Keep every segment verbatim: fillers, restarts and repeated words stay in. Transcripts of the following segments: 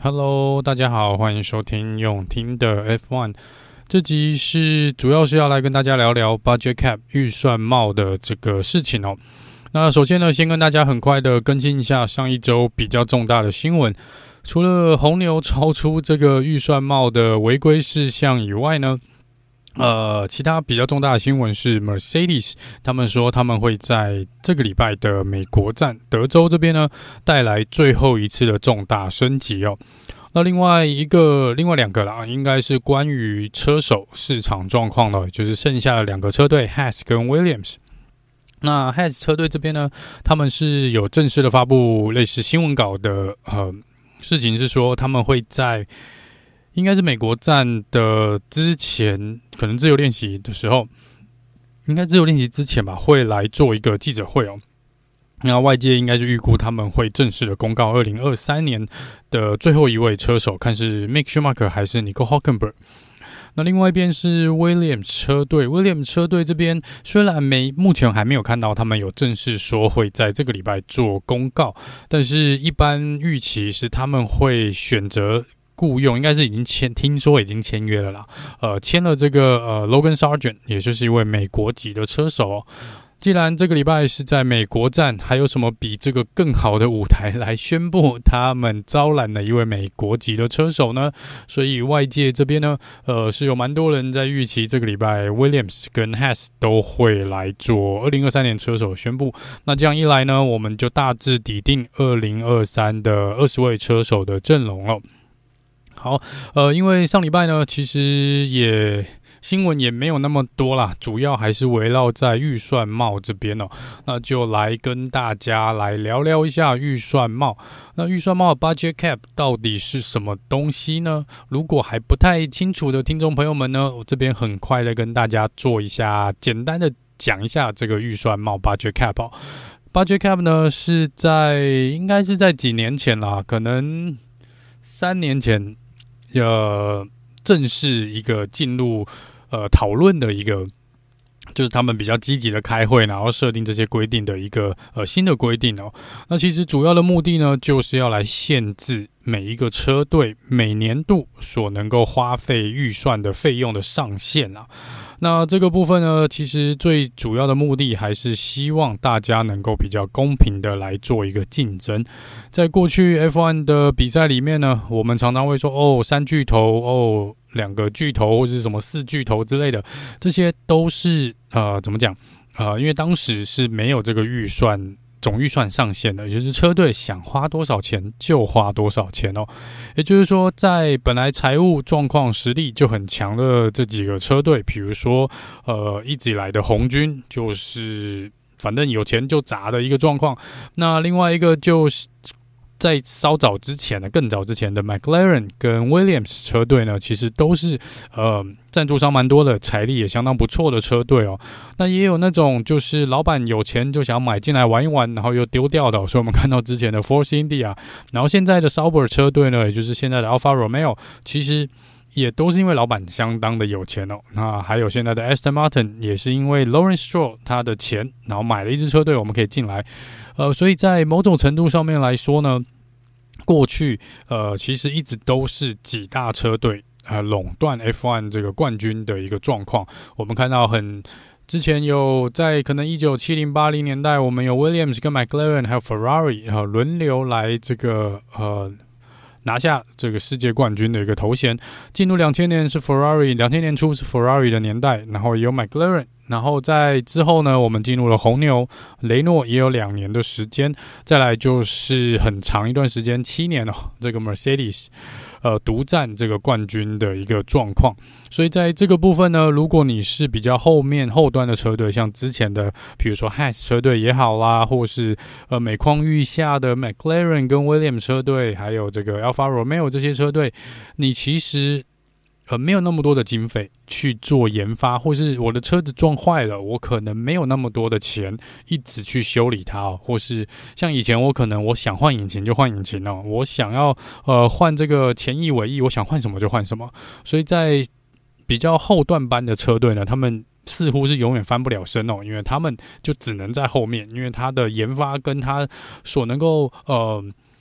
Hello， 大家好，欢迎收听用听的 F 一。这集是主要是要来跟大家聊聊 budget cap 预算帽的这个事情哦。那首先呢，先跟大家很快的更新一下上一周比较重大的新闻。除了红牛超出这个预算帽的违规事项以外呢，呃，其他比较重大的新闻是 Mercedes， 他们说他们会在这个礼拜的美国站德州这边呢带来最后一次的重大升级哦。那另外一个、另外两个啦，应该是关于车手市场状况的，就是剩下的两个车队 Haas 跟 Williams。那 Haas 车队这边呢，他们是有正式的发布类似新闻稿的，呃，事情是说他们会在应该是美国站的之前，可能自由练习的时候，应该自由练习之前吧，会来做一个记者会哦。那外界应该是预估他们会正式的公告二零二三年的最后一位车手，看是 Mick Schumacher 还是 Nico Hülkenberg。那另外一边是 Williams 车队 ，Williams 车队这边虽然没目前还没有看到他们有正式说会在这个礼拜做公告，但是一般预期是他们会选择雇用，应该是已经签，听说已经签约了啦。呃，签了这个呃 Logan Sargent， 也就是一位美国籍的车手哦。既然这个礼拜是在美国站，还有什么比这个更好的舞台来宣布他们招揽了一位美国籍的车手呢？所以外界这边呢，呃，是有蛮多人在预期这个礼拜 Williams 跟 Haas 都会来做二零二三年车手宣布。那这样一来呢，我们就大致底定二零二三的二十位车手的阵容了。好，呃，因为上礼拜呢，其实也新闻也没有那么多啦，主要还是围绕在预算帽这边哦。那就来跟大家来聊聊一下预算帽。那预算帽的 budget cap 到底是什么东西呢？如果还不太清楚的听众朋友们呢，我这边很快的跟大家做一下简单的讲一下这个预算帽 budget cap 哦。budget cap 呢是在应该是在几年前啦，可能三年前。呃，正式一个进入呃讨论的一个，就是他们比较积极的开会，然后设定这些规定的一个呃新的规定哦。那其实主要的目的呢，就是要来限制每一个车队每年度所能够花费预算的费用的上限啊。那这个部分呢，其实最主要的目的还是希望大家能够比较公平的来做一个竞争。在过去 F 一 的比赛里面呢，我们常常会说哦，三巨头哦，两个巨头或者是什么四巨头之类的，这些都是呃怎么讲呃，因为当时是没有这个预算。总预算上限的，也就是车队想花多少钱就花多少钱哦。也就是说，在本来财务状况实力就很强的这几个车队，比如说呃一直以来的红军，就是反正有钱就砸的一个状况。那另外一个就是在稍早之前的、更早之前的 McLaren 跟 Williams 车队呢，其实都是呃赞助商蛮多的，财力也相当不错的车队哦。那也有那种就是老板有钱就想买进来玩一玩，然后又丢掉的、哦。所以我们看到之前的 Force India， 然后现在的 Sauber 车队呢，也就是现在的 Alfa Romeo， 其实也都是因为老板相当的有钱哦。那还有现在的 Aston Martin 也是因为 Lawrence Stroll 他的钱，然后买了一支车队，我们可以进来。呃，所以在某种程度上面来说呢，过去呃其实一直都是几大车队呃垄断 F 一 这个冠军的一个状况。我们看到很之前有在可能一九七零八零年代，我们有 Williams 跟 McLaren 还有 Ferrari 然后轮流来这个呃。拿下这个世界冠军的一个头衔。进入两千年是 Ferrari， 两千年初是 Ferrari 的年代，然后也有 McLaren， 然后在之后呢，我们进入了红牛，雷诺也有两年的时间，再来就是很长一段时间，七年哦，这个 Mercedes。呃，独占这个冠军的一个状况，所以在这个部分呢，如果你是比较后面后端的车队，像之前的，比如说 Haas 车队也好啦，或是呃每况愈下的 McLaren 跟 Williams 车队，还有这个 Alfa Romeo 这些车队，你其实呃没有那么多的经费去做研发，或是我的车子撞坏了，我可能没有那么多的钱一直去修理它哦，或是像以前我可能我想换引擎就换引擎哦，我想要呃换这个前翼尾翼，我想换什么就换什么，所以在比较后段班的车队呢，他们似乎是永远翻不了身哦，因为他们就只能在后面，因为他的研发跟他所能够呃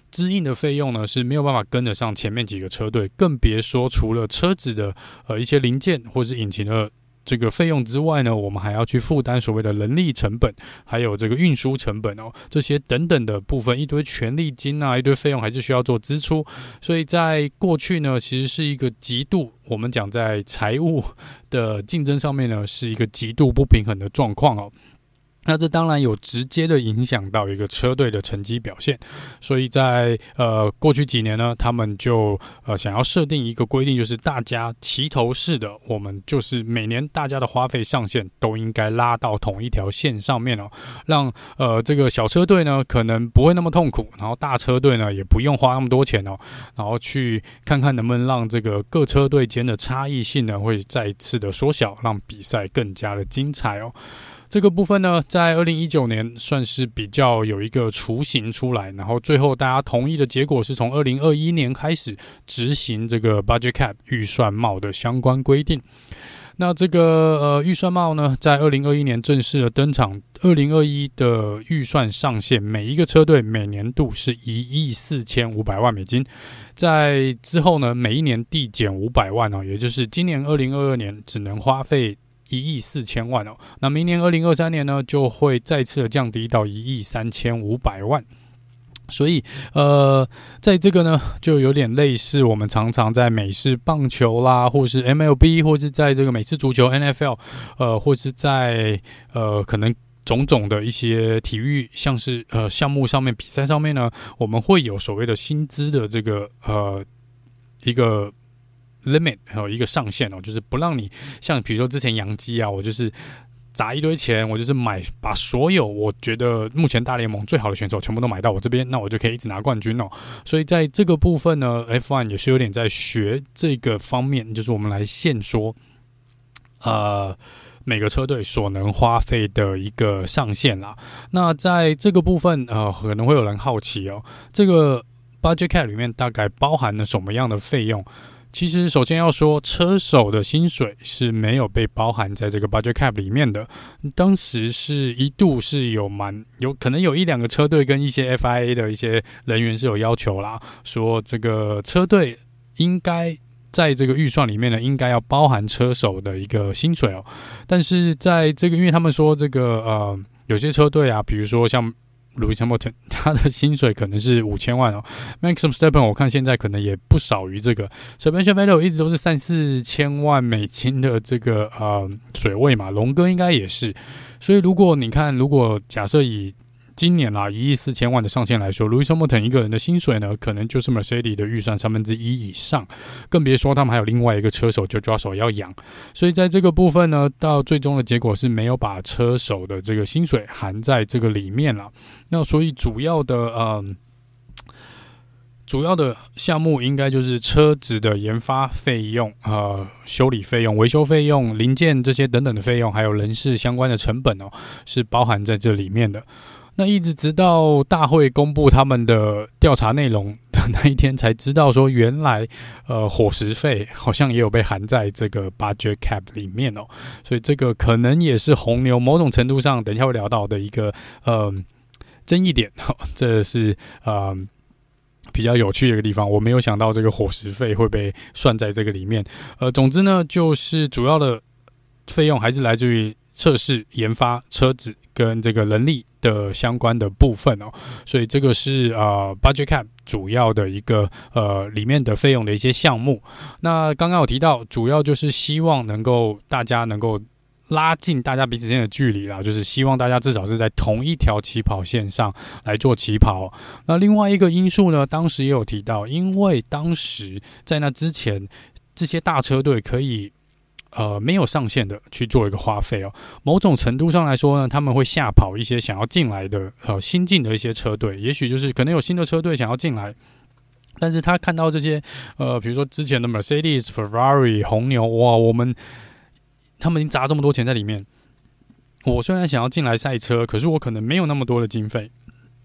支应的费用呢是没有办法跟得上前面几个车队，更别说除了车子的呃一些零件或是引擎的这个费用之外呢，我们还要去负担所谓的人力成本，还有这个运输成本哦，这些等等的部分，一堆权利金啊，一堆费用还是需要做支出。所以在过去呢，其实是一个极度，我们讲在财务的竞争上面呢，是一个极度不平衡的状况哦。那这当然有直接的影响到一个车队的成绩表现，所以在呃过去几年呢，他们就呃想要设定一个规定，就是大家齐头式的，我们就是每年大家的花费上限都应该拉到同一条线上面哦，让呃这个小车队呢可能不会那么痛苦，然后大车队呢也不用花那么多钱哦，然后去看看能不能让这个各车队间的差异性呢会再一次的缩小，让比赛更加的精彩哦。这个部分呢，在二零一九年算是比较有一个雏形出来，然后最后大家同意的结果是从二零二一年开始执行这个 budget cap 预算帽的相关规定。那这个呃预算帽呢，在二零二一年正式的登场。二零二一的预算上限，每一个车队每年度是一亿四千五百万美金。在之后呢，每一年递减五百万哦，也就是今年二零二二年只能花费一亿四千万哦，那明年二零二三年呢，就会再次的降低到一亿三千五百万。所以，呃，在这个呢，就有点类似我们常常在美式棒球啦，或是 M L B， 或是在这个美式足球 N F L， 呃，或是在呃可能种种的一些体育，像是呃项目上面比赛上面呢，我们会有所谓的薪资的这个呃一个limit 还有一个上限哦，就是不让你像比如说之前洋基啊，我就是砸一堆钱，我就是买把所有我觉得目前大联盟最好的选手全部都买到我这边，那我就可以一直拿冠军哦。所以在这个部分呢 ，F 一 也是有点在学这个方面，就是我们来限缩呃每个车队所能花费的一个上限啦。那在这个部分呃可能会有人好奇哦，这个 budget cap 里面大概包含了什么样的费用？其实首先要说，车手的薪水是没有被包含在这个 budget cap 里面的。当时是一度是有蛮有可能有一两个车队跟一些 F I A 的一些人员是有要求啦，说这个车队应该在这个预算里面呢，应该要包含车手的一个薪水哦。但是在这个，因为他们说这个呃有些车队啊，比如说像Lewis Hamilton 他的薪水可能是五千万哦 ，Max Verstappen 我看现在可能也不少于这个 ，Sebastian Vettel 一直都是三四千万美金的这个呃水位嘛，龙哥应该也是，所以如果你看，如果假设以今年啦一亿四千万的上限来说 ，Lewis Hamilton 一个人的薪水呢，可能就是 Mercedes 的预算三分之一以上，更别说他们还有另外一个车手就抓手要养，所以在这个部分呢，到最终的结果是没有把车手的这个薪水含在这个里面了。那所以主要的呃。主要的项目应该就是车子的研发费用、呃修理费用、维修费用、零件这些等等的费用，还有人事相关的成本哦，是包含在这里面的。那一直直到大会公布他们的调查内容的那一天，才知道说原来呃伙食费好像也有被含在这个 budget cap 里面哦，所以这个可能也是红牛某种程度上等一下会聊到的一个呃争议点，这是呃。比较有趣的一个地方，我没有想到这个伙食费会被算在这个里面。呃，总之呢，就是主要的费用还是来自于测试、研发、车子跟这个人力的相关的部分哦。所以这个是呃 budget cap 主要的一个呃里面的费用的一些项目。那刚刚有提到，主要就是希望能够大家能够拉近大家彼此间的距离啦，就是希望大家至少是在同一条起跑线上来做起跑。那另外一个因素呢，当时也有提到，因为当时在那之前，这些大车队可以呃没有上限的去做一个花费哦。某种程度上来说呢，他们会吓跑一些想要进来的呃新进的一些车队，也许就是可能有新的车队想要进来。但是他看到这些呃，比如说之前的 Mercedes、Ferrari、红牛，哇，我们他们已经砸这么多钱在里面，我虽然想要进来赛车，可是我可能没有那么多的经费，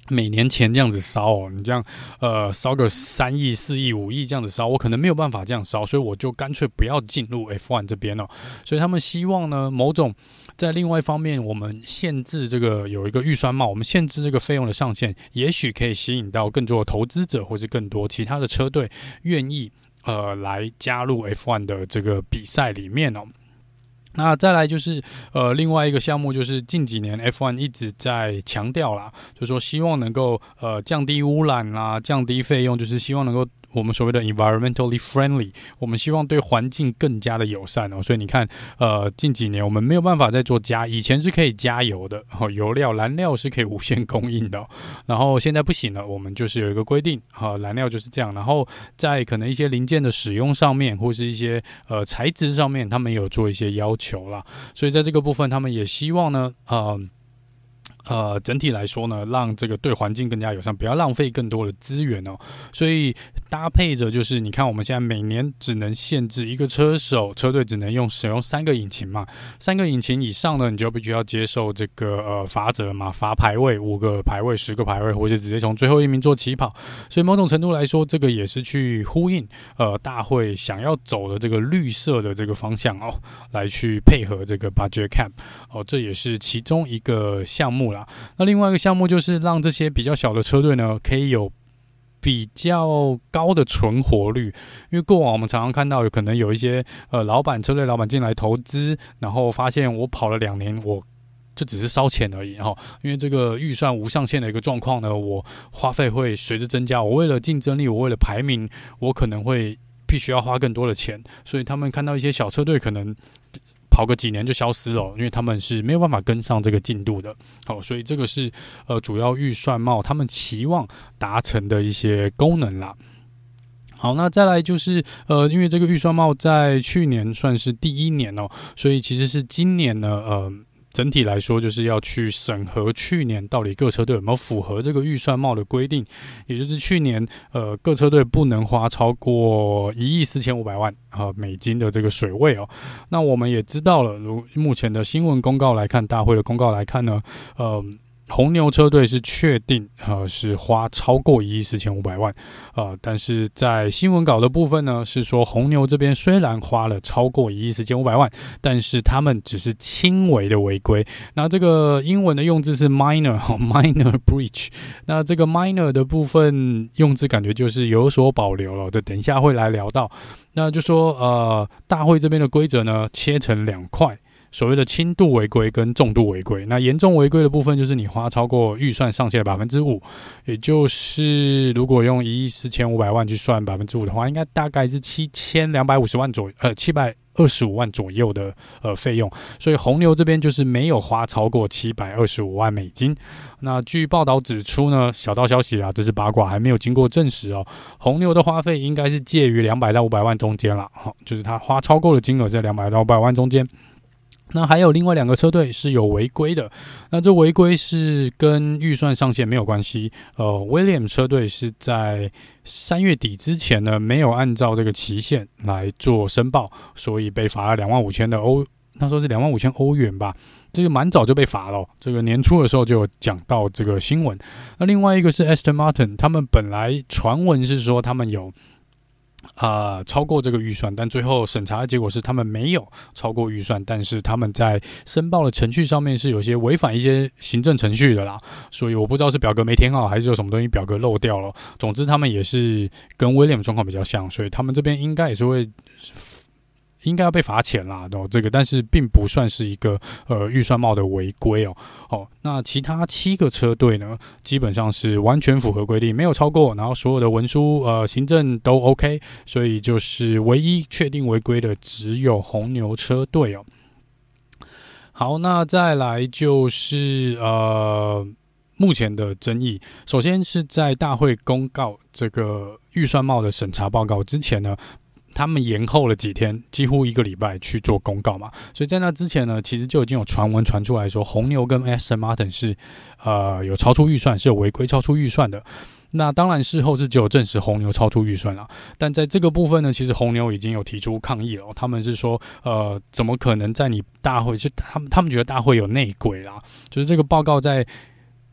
每年钱这样子烧哦，你这样呃烧个三亿、四亿、五亿这样子烧，我可能没有办法这样烧，所以我就干脆不要进入 F 一 这边哦。所以他们希望呢，某种在另外一方面，我们限制这个有一个预算帽，我们限制这个费用的上限，也许可以吸引到更多的投资者，或是更多其他的车队愿意呃来加入 F 一 的这个比赛里面哦。那再来就是呃另外一个项目，就是近几年 F 一 一直在强调啦，就是说希望能够呃降低污染啦，降低费用，就是希望能够我们所谓的 environmentally friendly， 我们希望对环境更加的友善哦。所以你看，呃，近几年我们没有办法再做加，以前是可以加油的，哦，油料、燃料是可以无限供应的，哦，然后现在不行了，我们就是有一个规定，好，燃料就是这样。然后在可能一些零件的使用上面，或是一些呃材质上面，他们有做一些要求啦。所以在这个部分，他们也希望呢，呃。呃，整体来说呢，让这个对环境更加友善，不要浪费更多的资源哦。所以搭配着就是，你看我们现在每年只能限制一个车手车队只能用使用三个引擎嘛，三个引擎以上呢，你就必须要接受这个呃罚则嘛，罚排位，五个排位、十个排位，或者直接从最后一名做起跑。所以某种程度来说，这个也是去呼应呃大会想要走的这个绿色的这个方向哦，来去配合这个 budget cap 哦，这也是其中一个项目啦。那另外一个项目就是让这些比较小的车队呢，可以有比较高的存活率，因为过往我们常常看到有可能有一些呃老板车队老板进来投资，然后发现我跑了两年，我就只是烧钱而已哈，因为这个预算无上限的一个状况呢，我花费会随着增加，我为了竞争力，我为了排名，我可能会必须要花更多的钱，所以他们看到一些小车队可能跑个几年就消失了，因为他们是没有办法跟上这个进度的。好，所以这个是呃主要预算帽他们期望达成的一些功能啦。好，那再来就是呃，因为这个预算帽在去年算是第一年哦，所以其实是今年呢，呃。整体来说，就是要去审核去年到底各车队有没有符合这个预算帽的规定，也就是去年呃各车队不能花超过一亿四千五百万啊美金的这个水位哦。那我们也知道了，如目前的新闻公告来看，大会的公告来看呢，呃。红牛车队是确定呃是花超过一亿四千五百万，呃，但是在新闻稿的部分呢，是说红牛这边虽然花了超过一亿四千五百万，但是他们只是轻微的违规。那这个英文的用字是 minor minor breach， 那这个 minor 的部分用字感觉就是有所保留了，这等一下会来聊到。那就说呃，大会这边的规则呢，切成两块。所谓的轻度违规跟重度违规，那严重违规的部分就是你花超过预算上限的百分之五，也就是如果用一亿四千五百万去算百分之五的话，应该大概是七千两百五十万左右，呃，七百二十五万左右的呃费用。所以红牛这边就是没有花超过七百二十五万美金。那据报道指出呢，小道消息啦，这是八卦，还没有经过证实哦。红牛的花费应该是介于两百到五百万中间啦，好，就是他花超过的金额在两百到五百万中间。那还有另外两个车队是有违规的，那这违规是跟预算上限没有关系。呃 ，Williams 车队是在三月底之前呢，没有按照这个期限来做申报，所以被罚了两万五千的欧，那时候是两万五千欧元吧。这个蛮早就被罚了，哦，这个年初的时候就有讲到这个新闻。那另外一个是 Aston Martin， 他们本来传闻是说他们有。啊、呃，超过这个预算，但最后审查的结果是他们没有超过预算，但是他们在申报的程序上面是有些违反一些行政程序的啦，所以我不知道是表格没填好，还是有什么东西表格漏掉了。总之，他们也是跟 Williams 状况比较像，所以他们这边应该也是会。应该要被罚钱啦，哦，这个但是并不算是一个呃预算帽的违规哦。哦，那其他七个车队呢，基本上是完全符合规定，没有超过，然后所有的文书呃行政都 OK， 所以就是唯一确定违规的只有红牛车队哦。好，那再来就是呃目前的争议，首先是在大会公告这个预算帽的审查报告之前呢。他们延后了几天，几乎一个礼拜去做公告嘛，所以在那之前呢，其实就已经有传闻传出来说，红牛跟 Aston Martin 是呃有超出预算，是有违规超出预算的。那当然事后是只有证实红牛超出预算了，但在这个部分呢，其实红牛已经有提出抗议了，他们是说，呃，怎么可能在你大会就他们他们觉得大会有内鬼啦，就是这个报告在。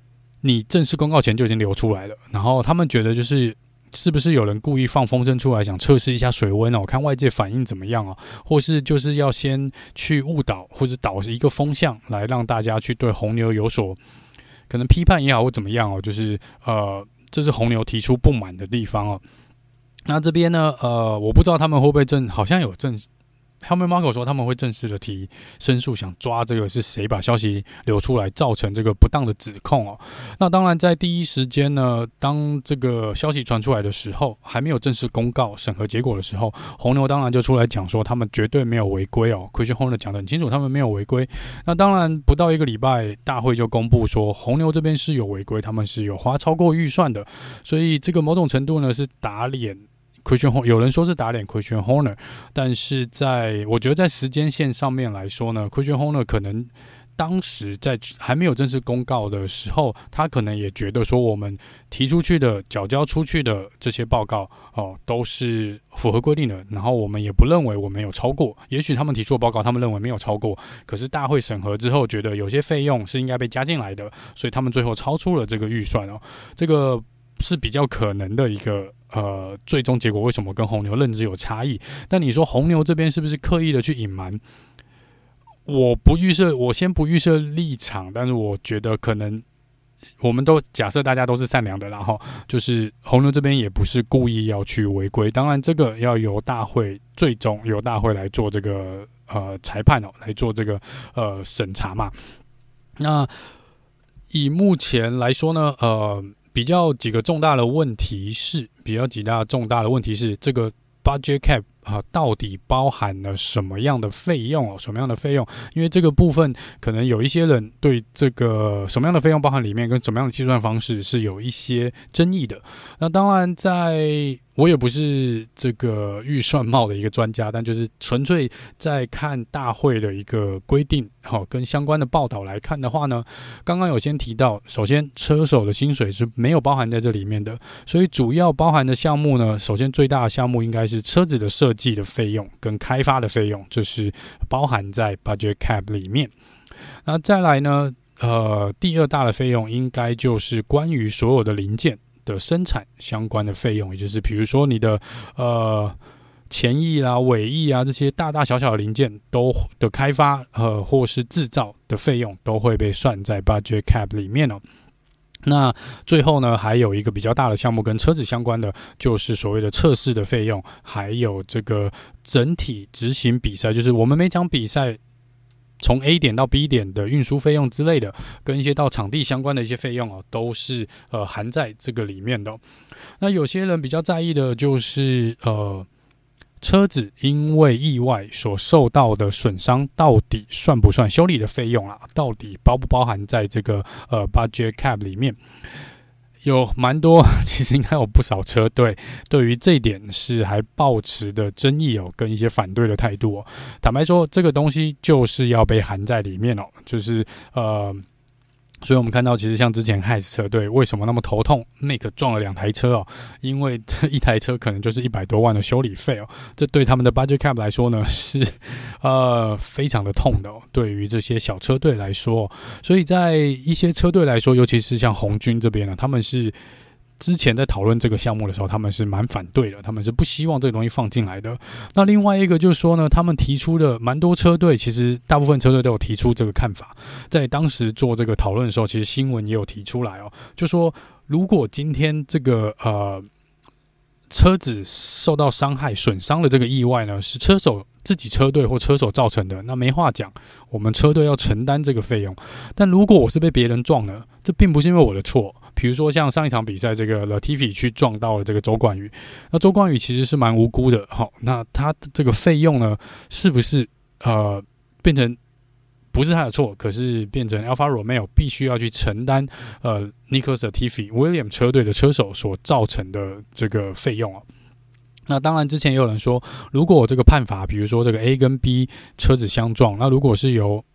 你正式公告前就已经流出来了，然后他们觉得就是是不是有人故意放风声出来，想测试一下水温哦，看外界反应怎么样哦，或是就是要先去误导或者导一个风向，来让大家去对红牛有所可能批判也好或怎么样哦，就是呃，这是红牛提出不满的地方哦。那这边呢，呃，我不知道他们会不会正，好像有正。Helmut Marko 说他们会正式的提申诉，想抓这个是谁把消息流出来，造成这个不当的指控哦。那当然，在第一时间呢，当这个消息传出来的时候，还没有正式公告审核结果的时候，红牛当然就出来讲说他们绝对没有违规哦。Christian Horner 讲得很清楚，他们没有违规。那当然不到一个礼拜，大会就公布说红牛这边是有违规，他们是有花超过预算的，所以这个某种程度呢是打脸。Christian Horner 有人说是打脸 Christian Horner， 但是在我觉得在时间线上面来说呢 ，Christian Horner 可能当时在还没有正式公告的时候，他可能也觉得说我们提出去的、缴交出去的这些报告哦，都是符合规定的，然后我们也不认为我们有超过。也许他们提出的报告，他们认为没有超过，可是大会审核之后，觉得有些费用是应该被加进来的，所以他们最后超出了这个预算哦，这个是比较可能的一个。呃，最终结果为什么跟红牛认知有差异？但你说红牛这边是不是刻意的去隐瞒？我不预设，我先不预设立场，但是我觉得可能我们都假设大家都是善良的啦，然后就是红牛这边也不是故意要去违规，当然这个要由大会最终由大会来做这个呃裁判哦，来做这个呃审查嘛。那以目前来说呢，呃。比较几个重大的问题是，比较几大重大的问题是，这个 budget cap 啊、呃，到底包含了什么样的费用哦？什么样的费用？因为这个部分可能有一些人对这个什么样的费用包含里面跟什么样的计算方式是有一些争议的。那当然在。我也不是这个预算帽的一个专家，但就是纯粹在看大会的一个规定，好、哦，跟相关的报道来看的话呢，刚刚有先提到，首先车手的薪水是没有包含在这里面的，所以主要包含的项目呢，首先最大的项目应该是车子的设计的费用跟开发的费用，这是包含在 budget cap 里面。那再来呢，呃，第二大的费用应该就是关于所有的零件。的生产相关的费用，也就是比如说你的呃前翼啦、尾翼啊这些大大小小的零件都的开发呃或是制造的费用都会被算在 budget cap 里面哦。那最后呢，还有一个比较大的项目跟车子相关的，就是所谓的测试的费用，还有这个整体执行比赛，就是我们每场比赛。从 A 点到 B 点的运输费用之类的，跟一些到场地相关的一些费用哦，都是呃含在这个里面的、哦。那有些人比较在意的就是呃车子因为意外所受到的损伤，到底算不算修理的费用啊？到底包不包含在这个呃 budget cap 里面？有蛮多，其实应该有不少车队对于这一点是还抱持的争议哦，跟一些反对的态度哦。坦白说，这个东西就是要被含在里面哦，就是呃。所以我们看到，其实像之前 Haas 车队为什么那么头痛 ，Make 撞了两台车哦，因为这一台车可能就是一百多万的修理费哦，这对他们的 budget cap 来说呢是呃非常的痛的哦。对于这些小车队来说、哦，所以在一些车队来说，尤其是像红军这边呢，他们是。之前在讨论这个项目的时候，他们是蛮反对的，他们是不希望这个东西放进来的。那另外一个就是说呢，他们提出的蛮多车队，其实大部分车队都有提出这个看法。在当时做这个讨论的时候，其实新闻也有提出来哦，就说如果今天这个呃车子受到伤害、损伤的这个意外呢，是车手自己车队或车手造成的，那没话讲，我们车队要承担这个费用。但如果我是被别人撞呢，这并不是因为我的错。比如说像上一场比赛，这个 Latifi 去撞到了这个周冠宇，那周冠宇其实是蛮无辜的，好，那他的这个费用呢，是不是呃变成不是他的错，可是变成 Alfa Romeo 必须要去承担呃 Nicholas Latifi Williams 车队的车手所造成的这个费用哦。那当然，之前也有人说，如果这个判罚，比如说这个 A 跟 B 车子相撞，那如果是由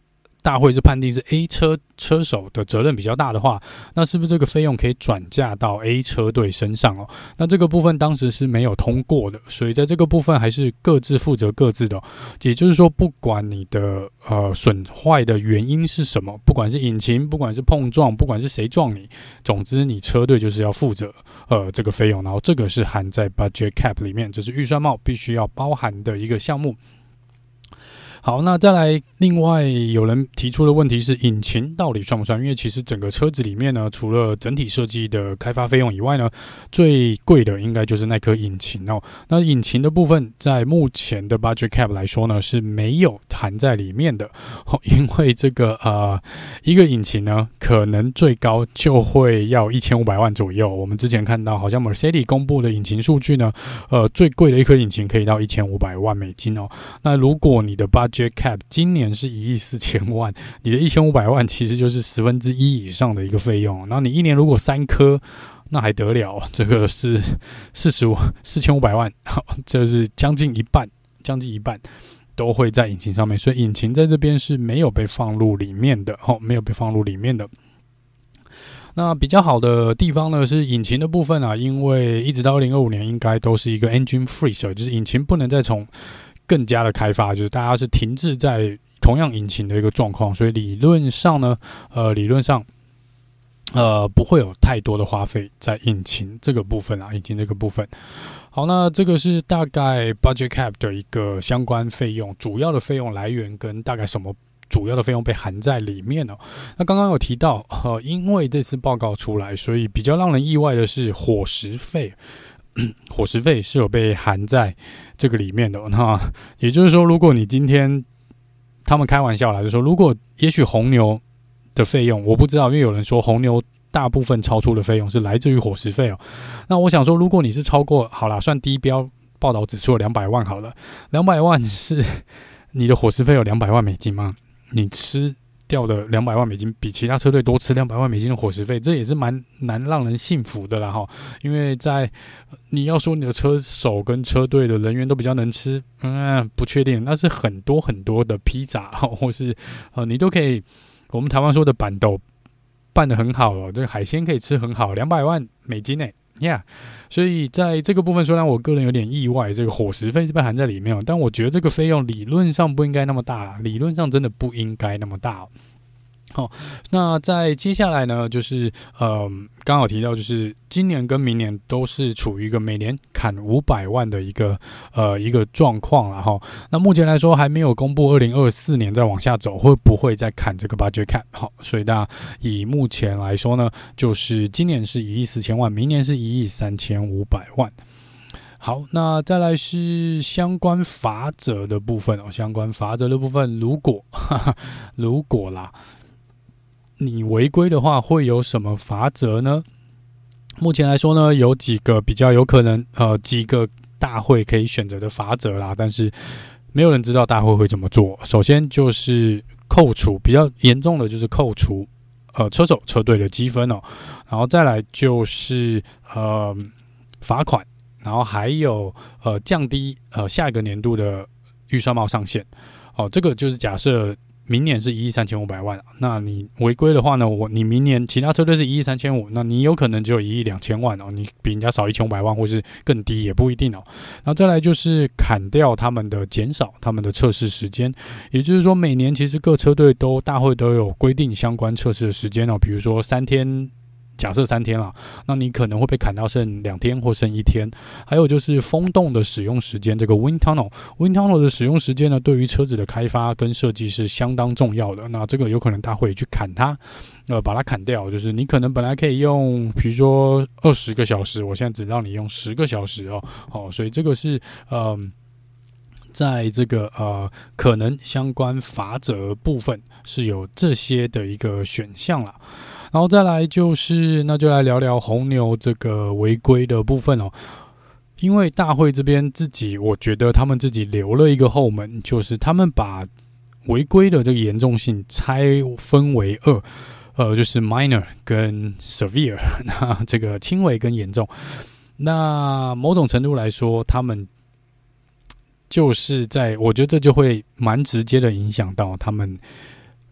大会是判定是 A 车车手的责任比较大的话，那是不是这个费用可以转嫁到 A 车队身上哦？那这个部分当时是没有通过的，所以在这个部分还是各自负责各自的哦。也就是说，不管你的呃损坏的原因是什么，不管是引擎，不管是碰撞，不管是谁撞你，总之你车队就是要负责呃这个费用，然后这个是含在 budget cap 里面，这是预算帽必须要包含的一个项目。好，那再来，另外有人提出的问题是引擎到底算不算？因为其实整个车子里面呢，除了整体设计的开发费用以外呢，最贵的应该就是那颗引擎哦。那引擎的部分，在目前的 budget cap 来说呢，是没有含在里面的，哦、因为这个呃一个引擎呢，可能最高就会要一千五百万左右。我们之前看到，好像 Mercedes 公布的引擎数据呢，呃，最贵的一颗引擎可以到一千五百万美金哦。那如果你的 budget cap 今年是一亿四千万，你的一千五百万其实就是十分之一以上的一个费用。然后你一年如果三颗，那还得了？这个是四十五四千五百万，这是将近一半，将近一半都会在引擎上面，所以引擎在这边是没有被放入里面的，哦，没有被放入里面的。那比较好的地方呢是引擎的部分啊，因为一直到二零二五年应该都是一个 engine freeze， 就是引擎不能再从更加的开发，就是大家是停滞在同样引擎的一个状况，所以理论上呢，呃，理论上，呃，不会有太多的花费在引擎这个部分啊，引擎这个部分。好，那这个是大概 budget cap 的一个相关费用，主要的费用来源跟大概什么主要的费用被含在里面哦。那刚刚有提到，呃，因为这次报告出来，所以比较让人意外的是伙食费。伙食费是有被含在这个里面的，那也就是说，如果你今天他们开玩笑啦，就说如果也许红牛的费用我不知道，因为有人说红牛大部分超出的费用是来自于伙食费哦。那我想说，如果你是超过好啦，算低标，报道指出了两百万好了，两百万是你的伙食费有两百万美金吗？你吃掉的两百万美金比其他车队多吃两百万美金的伙食费，这也是蛮难让人信服的啦齁。因为在你要说你的车手跟车队的人员都比较能吃，嗯，不确定，那是很多很多的披萨，或是呃你都可以，我们台湾说的板豆办得很好哦，这个海鲜可以吃很好，两百万美金诶。Yeah， 所以在这个部分，虽然我个人有点意外，这个伙食费是被含在里面，但我觉得这个费用理论上不应该那么大啦，理论上真的不应该那么大哦。好，那在接下来呢，就是呃，刚好提到，就是今年跟明年都是处于一个每年砍五百万的一个呃一个状况了哈。那目前来说还没有公布二零二四年再往下走会不会再砍这个 budget cap。好，所以大家以目前来说呢，就是今年是一亿四千万，明年是一亿三千五百万。好，那再来是相关罚则的部分哦，相关罚则的部分，如果哈哈如果啦。你违规的话会有什么罚则呢？目前来说呢，有几个比较有可能，呃，几个大会可以选择的罚则啦，但是没有人知道大会会怎么做。首先就是扣除，比较严重的就是扣除，呃，车手车队的积分哦，然后再来就是呃罚款，然后还有呃降低呃下一个年度的预算帽上限。哦，这个就是假设。明年是一亿三千五百万，那你违规的话呢？我你明年其他车队是一亿三千五，那你有可能只有一亿两千万哦，你比人家少一千五百万，或是更低也不一定哦。然后再来就是砍掉他们的减少他们的测试时间，也就是说每年其实各车队都大会都有规定相关测试的时间哦，比如说三天。假设三天啦，那你可能会被砍到剩两天或剩一天。还有就是风洞的使用时间，这个 wind tunnel，wind tunnel 的使用时间呢，对于车子的开发跟设计是相当重要的。那这个有可能大会去砍它，呃，把它砍掉。就是你可能本来可以用，比如说二十个小时，我现在只让你用十个小时哦，哦，所以这个是呃。在这个呃可能相关罚则部分是有这些的一个选项啦，然后再来就是那就来聊聊红牛这个违规的部分哦。因为大会这边自己，我觉得他们自己留了一个后门，就是他们把违规的这个严重性拆分为二，呃，就是 minor 跟 severe， 那这个轻微跟严重。那某种程度来说，他们就是在，我觉得这就会蛮直接的影响到他们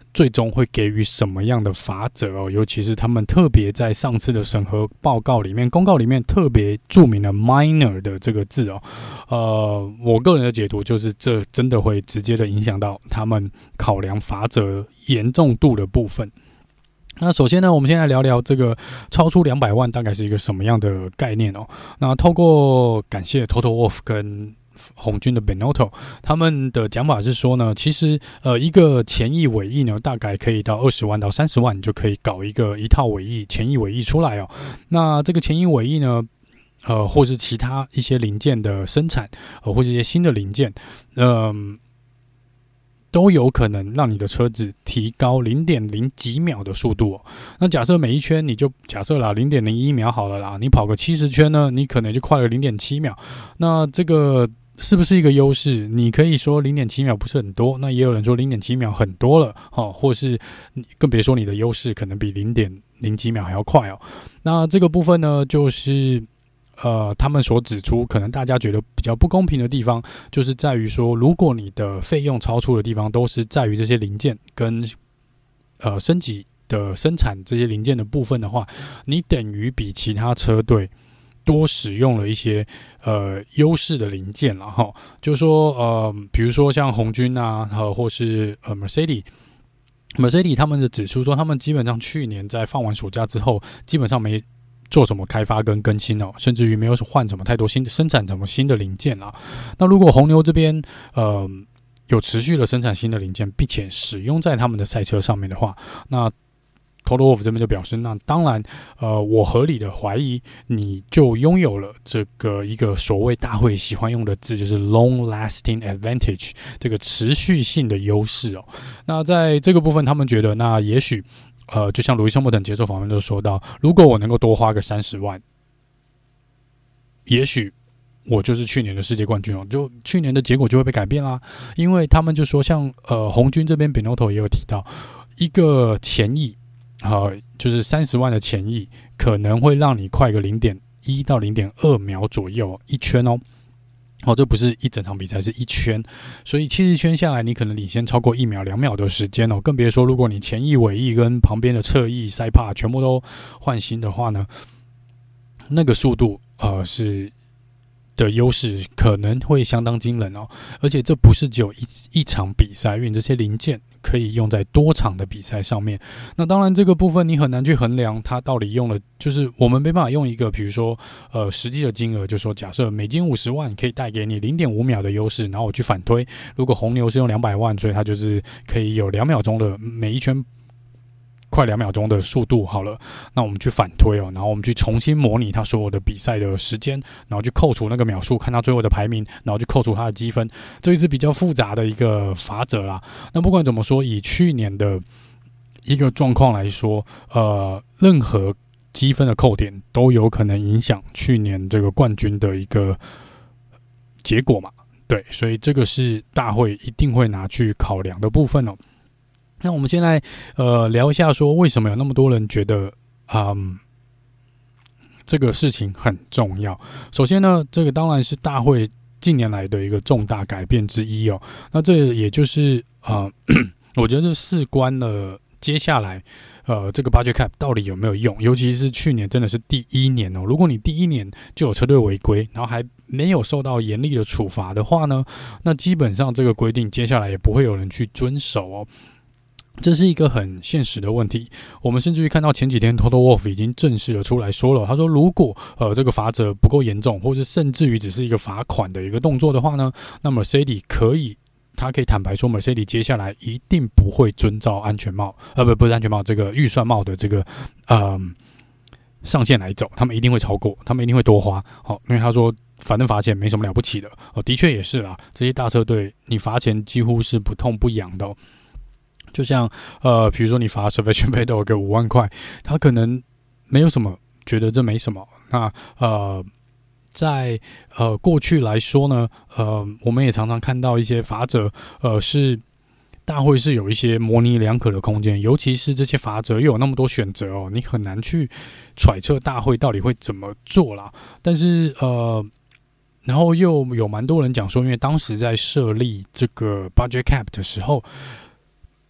最终会给予什么样的罚则哦？尤其是他们特别在上次的审核报告里面、公告里面特别注明了 minor 的这个字哦。呃，我个人的解读就是，这真的会直接的影响到他们考量罚则严重度的部分。那首先呢，我们先来聊聊这个超出两百万大概是一个什么样的概念哦。那透过感谢 Toto Wolff 跟红军的 Binotto 他们的讲法是说呢，其实呃一个前翼尾翼呢，大概可以到二十万到三十万，你就可以搞一个一套尾翼前翼尾翼出来哦。那这个前翼尾翼呢，呃或是其他一些零件的生产，呃或是一些新的零件，嗯、呃。都有可能让你的车子提高 零点零 几秒的速度哦。那假设每一圈你就假设啦 零点零一 秒好了啦，你跑个七十圈呢，你可能就快了 零点七秒。那这个是不是一个优势？你可以说 零点七 秒不是很多，那也有人说 零点七 秒很多了哦，或是更别说你的优势可能比 零点零 几秒还要快哦。那这个部分呢，就是呃，他们所指出，可能大家觉得比较不公平的地方，就是在于说，如果你的费用超出的地方，都是在于这些零件跟呃升级的生产这些零件的部分的话，你等于比其他车队多使用了一些呃优势的零件了哈。就是说呃，比如说像红军啊，呃、或是呃 Mercedes。Mercedes 他们的指出说，他们基本上去年在放完暑假之后，基本上没做什么开发跟更新哦，甚至于没有换什么太多新的生产什么新的零件啊。那如果红牛这边呃有持续的生产新的零件，并且使用在他们的赛车上面的话，那 Toto Wolff 这边就表示，那当然呃我合理的怀疑，你就拥有了这个一个所谓大会喜欢用的字，就是 long lasting advantage 这个持续性的优势哦。那在这个部分，他们觉得那也许呃，就像路易斯·莫等接受访问就说到，如果我能够多花个三十万，也许我就是去年的世界冠军哦，就去年的结果就会被改变啦。因为他们就说像，呃红军这边 Binotto 也有提到，一个前翼，呃，就是三十万的前翼，可能会让你快个零点一到零点二秒左右一圈哦。哦，这不是一整场比赛，是一圈，所以七十圈下来，你可能领先超过一秒、两秒的时间哦。更别说，如果你前翼、尾翼跟旁边的侧翼、塞帕全部都换新的话呢，那个速度呃是的优势可能会相当惊人哦。而且这不是只有一一场比赛，因为这些零件可以用在多场的比赛上面。那当然，这个部分你很难去衡量它到底用了，就是我们没办法用一个，比如说呃实际的金额，就是说假设美金五十万可以带给你 零点五 秒的优势，然后我去反推，如果红牛是用两百万，所以它就是可以有两秒钟的每一圈快两秒钟的速度好了，那我们去反推哦，然后我们去重新模拟它所有的比赛的时间，然后去扣除那个秒数，看它最后的排名，然后去扣除它的积分，这是比较复杂的一个法则啦。那不管怎么说，以去年的一个状况来说，呃，任何积分的扣点都有可能影响去年这个冠军的一个结果嘛。对，所以这个是大会一定会拿去考量的部分哦。那我们先来呃聊一下，说为什么有那么多人觉得嗯这个事情很重要。首先呢，这个当然是大会近年来的一个重大改变之一哦。那这也就是呃，我觉得是事关了接下来呃这个 budget cap 到底有没有用，尤其是去年真的是第一年哦。如果你第一年就有车队违规，然后还没有受到严厉的处罚的话呢，那基本上这个规定接下来也不会有人去遵守哦。这是一个很现实的问题。我们甚至于看到前几天 Toto Wolff 已经正式的出来说了，他说如果呃这个罚则不够严重，或是甚至于只是一个罚款的一个动作的话呢，那么 Mercedes 可以他可以坦白说 Mercedes 接下来一定不会遵照安全帽呃不不是安全帽这个预算帽的这个呃上限来走，他们一定会超过，他们一定会多花。好、哦，因为他说反正罚钱没什么了不起的。哦，的确也是啦，这些大车队你罚钱几乎是不痛不痒的哦。就像呃，比如说你罚 Sebastian Vettel 个五万块，他可能没有什么，觉得这没什么。那呃，在呃过去来说呢，呃，我们也常常看到一些罚则，呃，是大会是有一些模棱两可的空间，尤其是这些罚则又有那么多选择哦，你很难去揣测大会到底会怎么做啦。但是呃。然后又有蛮多人讲说，因为当时在设立这个 budget cap 的时候，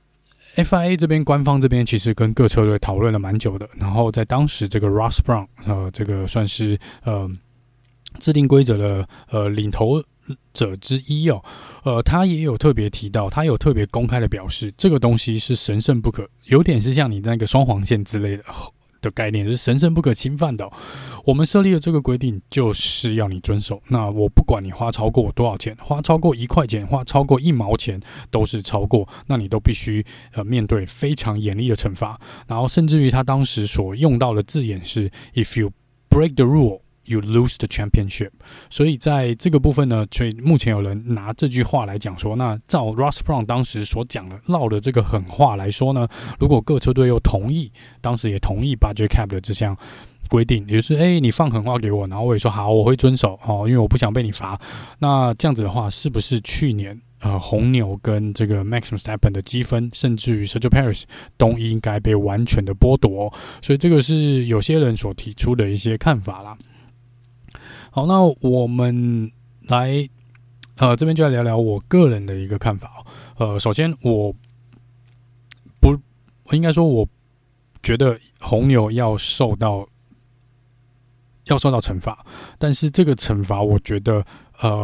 F I A 这边官方这边其实跟各车队讨论了蛮久的，然后在当时这个 Ross Brown 呃，这个算是呃制定规则的呃领头者之一哦，呃，他也有特别提到，他有特别公开的表示，这个东西是神圣不可，有点是像你那个双黄线之类的的概念，是神圣不可侵犯的哦。我们设立的这个规定就是要你遵守。那我不管你花超过多少钱，花超过一块钱，花超过一毛钱，都是超过，那你都必须呃面对非常严厉的惩罚。然后甚至于他当时所用到的字眼是 "If you break the rule." You lose the championship， 所以在这个部分呢，所以目前有人拿这句话来讲说，那照 Ross Brown 当时所讲的唠的这个狠话来说呢，如果各车队又同意，当时也同意 budget cap 的这项规定，也就是哎、欸，你放狠话给我，然后我也说好，我会遵守哦，因为我不想被你罚。那这样子的话，是不是去年呃红牛跟这个 Max Verstappen 的积分，甚至于 Sergio Perez 都应该被完全的剥夺、哦？所以这个是有些人所提出的一些看法啦。好，那我们来，呃，这边就来聊聊我个人的一个看法哦。呃，首先我不，应该说，我觉得红牛要受到要受到惩罚，但是这个惩罚，我觉得，呃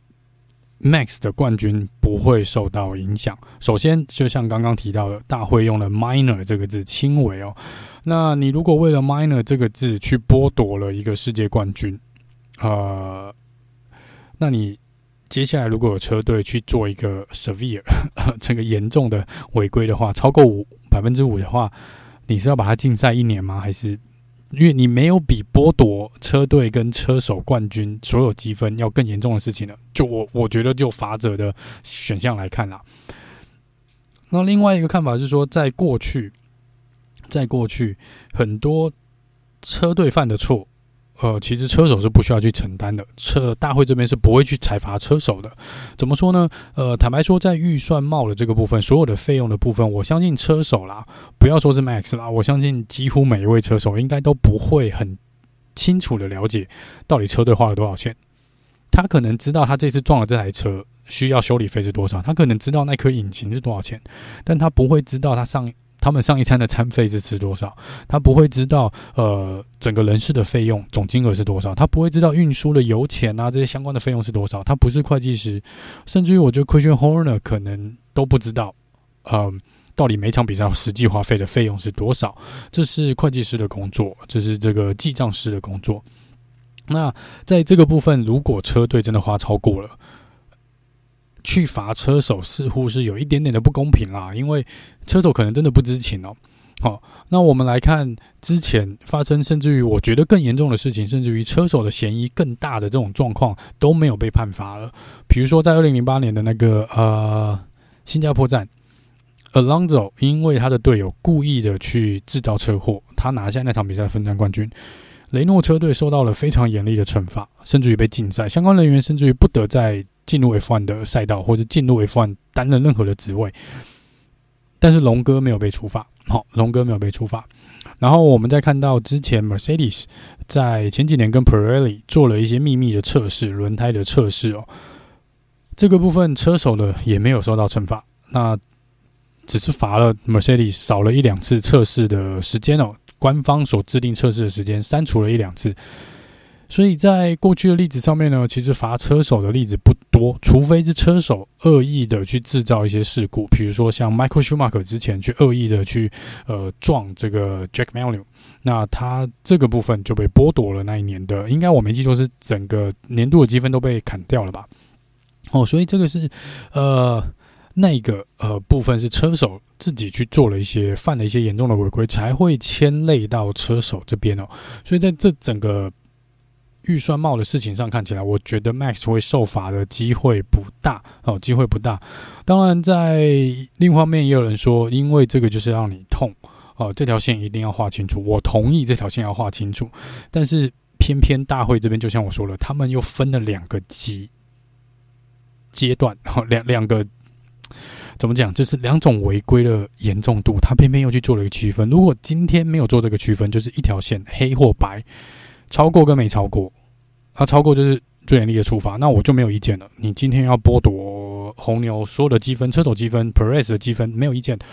，Max 的冠军不会受到影响。首先，就像刚刚提到的，大会用了 minor 这个字，轻微哦。那你如果为了 minor 这个字去剥夺了一个世界冠军，呃，那你接下来如果有车队去做一个 severe 这个严重的违规的话，超过五百分之五的话，你是要把它禁赛一年吗？还是因为你没有比剥夺车队跟车手冠军所有积分要更严重的事情了？就我我觉得就罚则的选项来看啦。那另外一个看法是说，在过去，在过去很多车队犯的错。呃，其实车手是不需要去承担的，车大会这边是不会去裁罚车手的。怎么说呢？呃，坦白说，在预算帽的这个部分，所有的费用的部分，我相信车手啦，不要说是 Max 啦，我相信几乎每一位车手应该都不会很清楚的了解到底车队花了多少钱。他可能知道他这次撞了这台车需要修理费是多少，他可能知道那颗引擎是多少钱，但他不会知道他上。他们上一餐的餐费是吃多少？他不会知道，呃，整个人事的费用总金额是多少？他不会知道运输的油钱啊这些相关的费用是多少？他不是会计师，甚至于我觉得 Christian Horner 可能都不知道，呃，到底每场比赛实际花费的费用是多少？这是会计师的工作，这是这个记账师的工作。那在这个部分，如果车队真的花超过了，去罚车手似乎是有一点点的不公平啦，因为车手可能真的不知情哦。好、哦，那我们来看之前发生，甚至于我觉得更严重的事情，甚至于车手的嫌疑更大的这种状况都没有被判罚了。比如说在二零零八年的那个呃新加坡站 ，Alonso 因为他的队友故意的去制造车祸，他拿下那场比赛的分站冠军。雷诺车队受到了非常严厉的惩罚，甚至于被禁赛，相关人员甚至于不得再进入 F 一 的赛道或者进入 F 一 担任任何的职位。但是龙哥没有被处罚，好、哦，龙哥没有被处罚。然后我们再看到之前 Mercedes 在前几年跟 Pirelli 做了一些秘密的测试，轮胎的测试哦，这个部分车手呢也没有受到惩罚，那只是罚了 Mercedes 少了一两次测试的时间哦。官方所制定测试的时间删除了一两次，所以在过去的例子上面呢，其实罚车手的例子不多，除非是车手恶意的去制造一些事故，比如说像 Michael Schumacher 之前去恶意的去呃撞这个 Jack Mallon， 那他这个部分就被剥夺了那一年的，应该我没记错是整个年度的积分都被砍掉了吧？哦，所以这个是呃。那个呃部分是车手自己去做了一些犯了一些严重的违规，才会牵累到车手这边哦。所以在这整个预算帽的事情上看起来，我觉得 Max 会受罚的机会不大哦，机会不大。当然，在另一方面也有人说，因为这个就是让你痛哦，这条线一定要画清楚。我同意这条线要画清楚，但是偏偏大会这边就像我说了，他们又分了两个级阶段，哦，两两个。怎么讲？就是两种违规的严重度，他偏偏又去做了一个区分。如果今天没有做这个区分，就是一条线黑或白，超过跟没超过，他、啊、超过就是最严厉的处罚，那我就没有意见了。你今天要剥夺红牛所有的积分、车手积分、Perez 的积分，没有意见。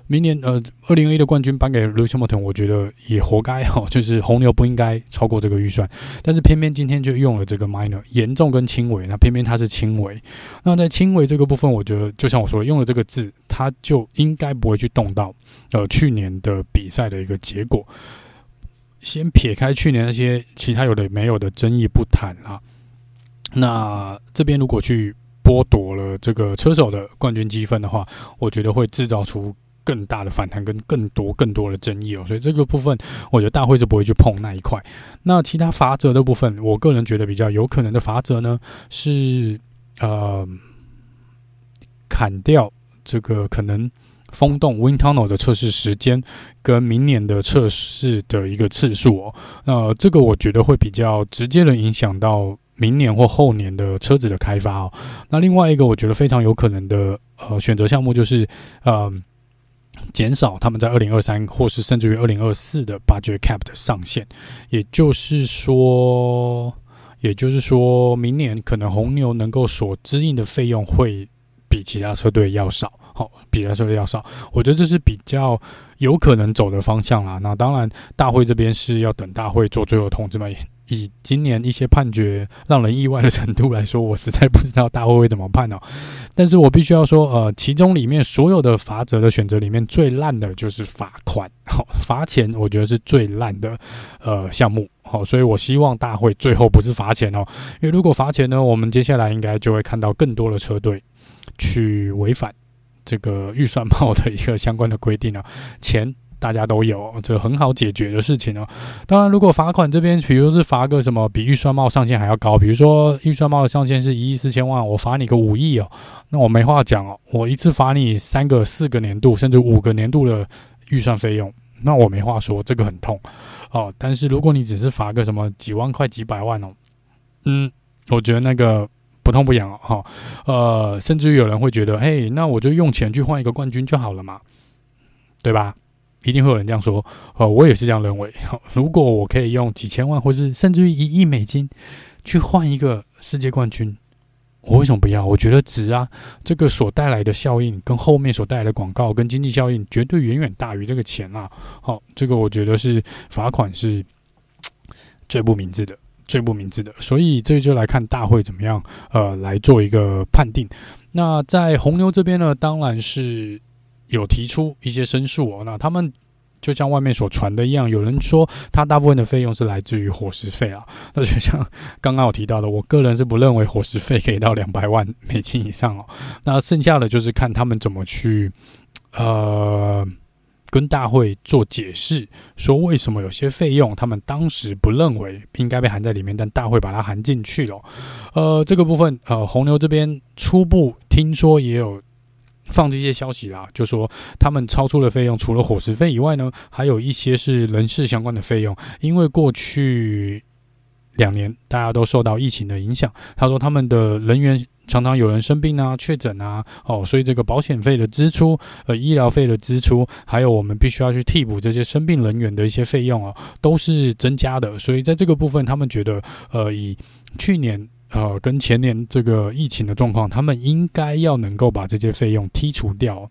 明年呃二零二一的冠军颁给 Lewis Hamilton， 我觉得也活该哦，就是红牛不应该超过这个预算，但是偏偏今天就用了这个 minor 严重跟轻微，那偏偏它是轻微。那在轻微这个部分，我觉得就像我说的，用了这个字，它就应该不会去动到呃去年的比赛的一个结果。先撇开去年那些其他有的没有的争议不谈啊，那这边如果去剥夺了这个车手的冠军积分的话，我觉得会制造出更大的反弹跟更多更多的争议哦，所以这个部分我觉得大会是不会去碰那一块。那其他罚则的部分，我个人觉得比较有可能的罚则呢是呃砍掉这个可能风洞 Wind Tunnel 的测试时间跟明年的测试的一个次数哦，呃，这个我觉得会比较直接的影响到明年或后年的车子的开发哦。那另外一个我觉得非常有可能的呃选择项目就是呃减少他们在二零二三或是甚至于二零二四的 budget cap 的上限，也就是说，也就是说明年可能红牛能够所支应的费用会比其他车队要少。好，比其他车队要少，我觉得这是比较有可能走的方向啦。那当然，大会这边是要等大会做最后通知嘛。以今年一些判决让人意外的程度来说，我实在不知道大会会怎么判哦。但是我必须要说，呃，其中里面所有的罚则的选择里面最烂的就是罚款，好，罚钱我觉得是最烂的呃项目。好，所以我希望大会最后不是罚钱哦，因为如果罚钱呢，我们接下来应该就会看到更多的车队去违反这个预算帽的一个相关的规定啊，钱大家都有，这很好解决的事情哦。当然，如果罚款这边，比如是罚个什么比预算帽上限还要高，比如说预算帽的上限是一亿四千万，我罚你个五亿哦，那我没话讲哦，我一次罚你三个、四个年度甚至五个年度的预算费用，那我没话说，这个很痛哦。但是如果你只是罚个什么几万块、几百万哦，嗯，我觉得那个不痛不痒哦，哈，呃，甚至于有人会觉得，嘿，那我就用钱去换一个冠军就好了嘛，对吧？一定会有人这样说，呃，我也是这样认为。如果我可以用几千万，或是甚至于一亿美金去换一个世界冠军，我为什么不要？我觉得值啊！这个所带来的效应，跟后面所带来的广告跟经济效应，绝对远远大于这个钱啊！好、哦，这个我觉得是罚款是最不明智的。最不明智的，所以这就来看大会怎么样，呃，来做一个判定。那在红牛这边呢，当然是有提出一些申诉哦。那他们就像外面所传的一样，有人说他大部分的费用是来自于伙食费啊。那就像刚刚有提到的，我个人是不认为伙食费可以到两百万美金以上哦。那剩下的就是看他们怎么去，呃。跟大会做解释，说为什么有些费用他们当时不认为应该被含在里面，但大会把它含进去了。呃，这个部分，呃，红牛这边初步听说也有放这些消息啦，就说他们超出的费用，除了伙食费以外呢，还有一些是人事相关的费用，因为过去两年大家都受到疫情的影响，他说他们的人员常常有人生病啊、确诊啊，哦，所以这个保险费的支出、呃医疗费的支出，还有我们必须要去替补这些生病人员的一些费用啊，都是增加的。所以在这个部分，他们觉得，呃，以去年呃跟前年这个疫情的状况，他们应该要能够把这些费用剔除掉。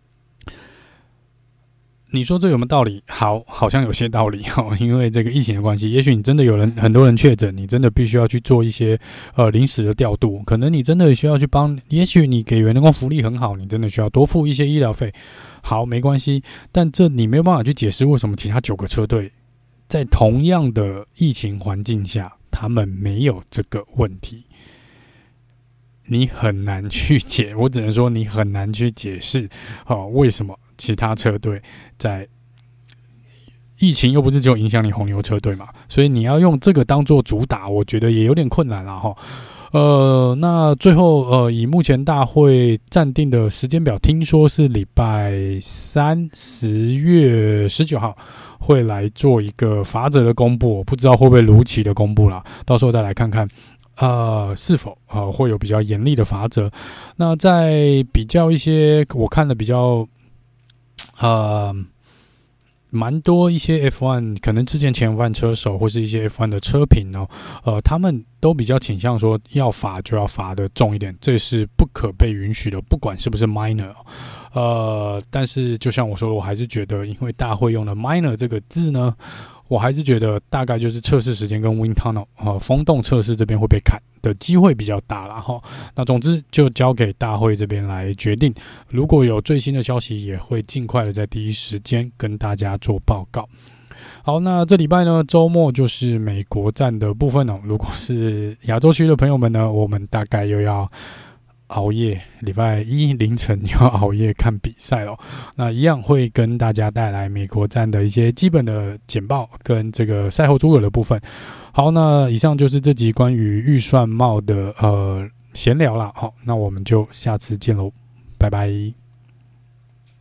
你说这有没有道理？好，好像有些道理哦，因为这个疫情的关系，也许你真的有人很多人确诊，你真的必须要去做一些呃临时的调度，可能你真的需要去帮，也许你给员工福利很好，你真的需要多付一些医疗费，好，没关系，但这你没有办法去解释为什么其他九个车队在同样的疫情环境下，他们没有这个问题。你很难去解，我只能说你很难去解释哦，为什么其他车队在疫情又不是只有影响你红牛车队嘛，所以你要用这个当做主打，我觉得也有点困难啦齁。呃，那最后呃，以目前大会暂定的时间表，听说是礼拜三十月十九号会来做一个罚则的公布，我不知道会不会如期的公布啦，到时候再来看看。呃，是否呃会有比较严厉的罚则？那在比较一些我看的比较呃蛮多一些 F 一 可能之前前 F 一 车手或是一些 F 一 的车评哦，呃，他们都比较倾向说要罚就要罚的重一点，这是不可被允许的，不管是不是 minor。呃，但是就像我说的，我还是觉得，因为大会用了 minor 这个字呢，我还是觉得大概就是测试时间跟 wind tunnel 呃风洞测试这边会被砍的机会比较大啦齁。那总之就交给大会这边来决定，如果有最新的消息，也会尽快的在第一时间跟大家做报告。好，那这礼拜呢，周末就是美国站的部分哦。如果是亚洲区的朋友们呢，我们大概又要熬夜，礼拜一凌晨要熬夜看比赛了。那一样会跟大家带来美国站的一些基本的简报跟这个赛后诸葛的部分。好，那以上就是这集关于预算帽的呃闲聊啦。好，那我们就下次见喽，拜拜。